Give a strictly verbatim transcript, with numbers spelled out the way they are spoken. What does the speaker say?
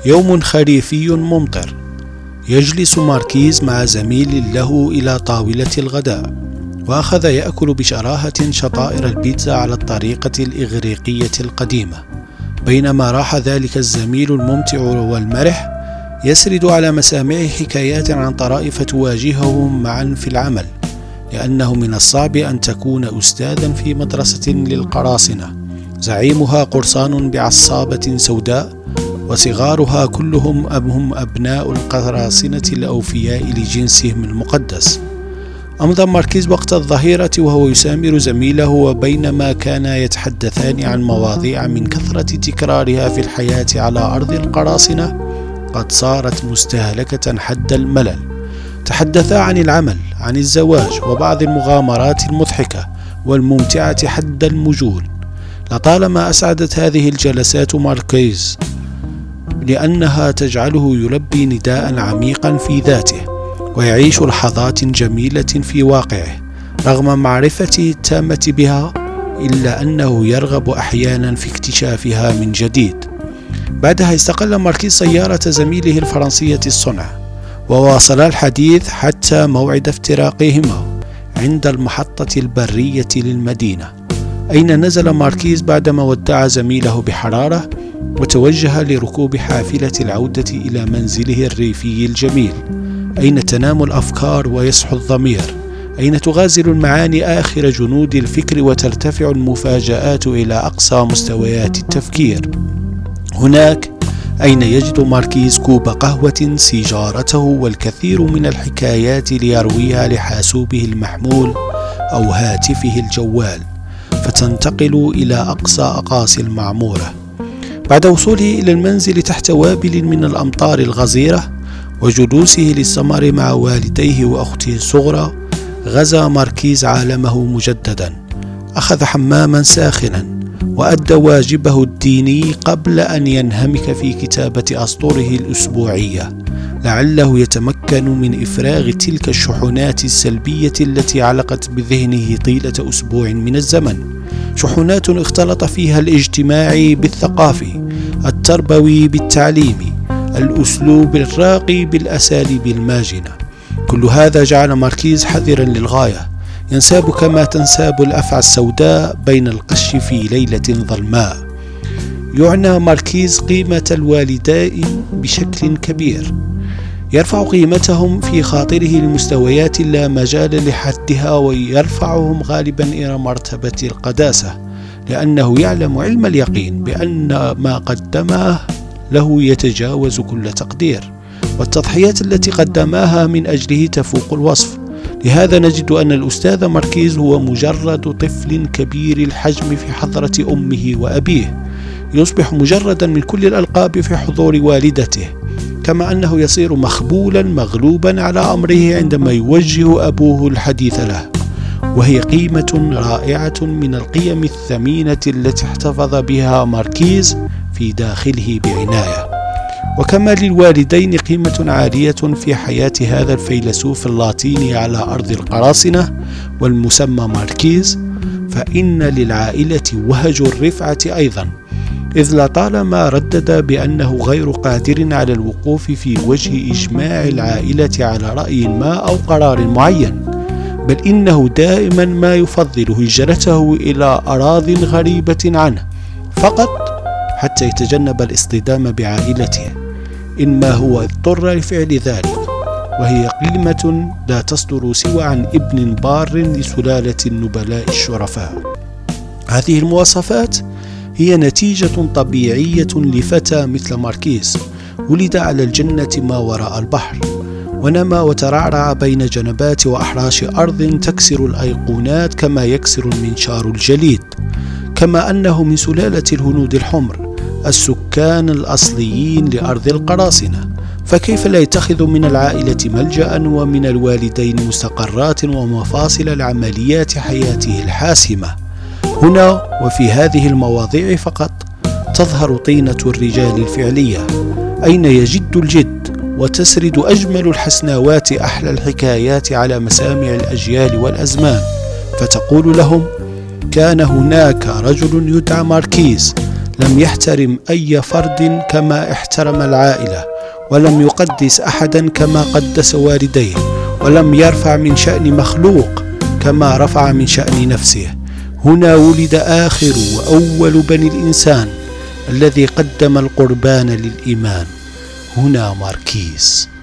يوم خريفي ممطر، يجلس ماركيز مع زميل له إلى طاولة الغداء، وأخذ يأكل بشراهة شطائر البيتزا على الطريقة الإغريقية القديمة، بينما راح ذلك الزميل الممتع والمرح يسرد على مسامعه حكايات عن طرائف تواجههم معا في العمل، لأنه من الصعب أن تكون أستاذا في مدرسة للقراصنة زعيمها قرصان بعصابة سوداء، وصغارها كلهم هم أبناء القراصنة الأوفياء لجنسهم المقدس. أمضى ماركيز وقت الظهيرة وهو يسامر زميله، وبينما كانا يتحدثان عن مواضيع من كثرة تكرارها في الحياة على أرض القراصنة قد صارت مستهلكة حد الملل، تحدثا عن العمل، عن الزواج، وبعض المغامرات المضحكة والممتعة حد المجول. لطالما أسعدت هذه الجلسات ماركيز، لأنها تجعله يلبي نداء عميقا في ذاته، ويعيش لحظات جميلة في واقعه رغم معرفته التامة بها، إلا أنه يرغب أحيانا في اكتشافها من جديد. بعدها استقل ماركيز سيارة زميله الفرنسية الصنع، وواصلا الحديث حتى موعد افتراقهما عند المحطة البرية للمدينة، أين نزل ماركيز بعدما ودع زميله بحرارة وتوجه لركوب حافلة العودة إلى منزله الريفي الجميل، أين تنام الأفكار ويصحو الضمير، أين تغازل المعاني آخر جنود الفكر وترتفع المفاجآت إلى أقصى مستويات التفكير. هناك أين يجد ماركيز كوب قهوة، سيجارته، والكثير من الحكايات ليرويها لحاسوبه المحمول أو هاتفه الجوال، فتنتقل إلى أقصى أقاصي المعمورة. بعد وصوله إلى المنزل تحت وابل من الأمطار الغزيرة وجلوسه للسمر مع والديه وأخته الصغرى، غزا ماركيز عالمه مجددا، أخذ حماما ساخنا، وأدى واجبه الديني قبل أن ينهمك في كتابة أسطوره الأسبوعية، لعله يتمكن من إفراغ تلك الشحنات السلبية التي علقت بذهنه طيلة أسبوع من الزمن، شحنات اختلط فيها الاجتماعي بالثقافي، التربوي بالتعليمي، الأسلوب الراقي بالأساليب الماجنة. كل هذا جعل ماركيز حذرا للغاية، ينساب كما تنساب الأفعى السوداء بين القش في ليلة ظلماء. يعنى ماركيز قيمة الوالدين بشكل كبير، يرفع قيمتهم في خاطره لمستويات لا مجال لحدها، ويرفعهم غالبا إلى مرتبة القداسة، لأنه يعلم علم اليقين بأن ما قدمه له يتجاوز كل تقدير، والتضحيات التي قدماها من أجله تفوق الوصف. لهذا نجد أن الأستاذ ماركيز هو مجرد طفل كبير الحجم في حضرة أمه وأبيه، يصبح مجردا من كل الألقاب في حضور والدته، كما أنه يصير مخبولا مغلوبا على أمره عندما يوجه أبوه الحديث له، وهي قيمة رائعة من القيم الثمينة التي احتفظ بها ماركيز في داخله بعناية. وكما للوالدين قيمة عالية في حياة هذا الفيلسوف اللاتيني على أرض القراصنة والمسمى ماركيز، فإن للعائلة وهج الرفعة أيضا، إذ لطالما ردد بأنه غير قادر على الوقوف في وجه إجماع العائلة على رأي ما أو قرار معين، بل إنه دائما ما يفضل هجرته إلى أراضٍ غريبة عنه فقط حتى يتجنب الاصطدام بعائلته، إنما هو اضطر لفعل ذلك، وهي قيمة لا تصدر سوى عن ابن بار لسلالة النبلاء الشرفاء. هذه المواصفات هي نتيجة طبيعية لفتى مثل ماركيز، ولد على الجنة ما وراء البحر، ونما وترعرع بين جنبات وأحراش أرض تكسر الأيقونات كما يكسر المنشار الجليد، كما أنه من سلالة الهنود الحمر السكان الأصليين لأرض القراصنة، فكيف لا يتخذ من العائلة ملجأ ومن الوالدين مستقرات ومفاصل العمليات حياته الحاسمة. هنا وفي هذه المواضيع فقط تظهر طينة الرجال الفعلية، أين يجد الجد وتسرد أجمل الحسناوات أحلى الحكايات على مسامع الأجيال والأزمان، فتقول لهم: كان هناك رجل يدعى ماركيز، لم يحترم أي فرد كما احترم العائلة، ولم يقدس أحدا كما قدس والديه، ولم يرفع من شأن مخلوق كما رفع من شأن نفسه. هنا ولد آخر وأول بني الإنسان الذي قدم القربان للإيمان. هنا ماركيز.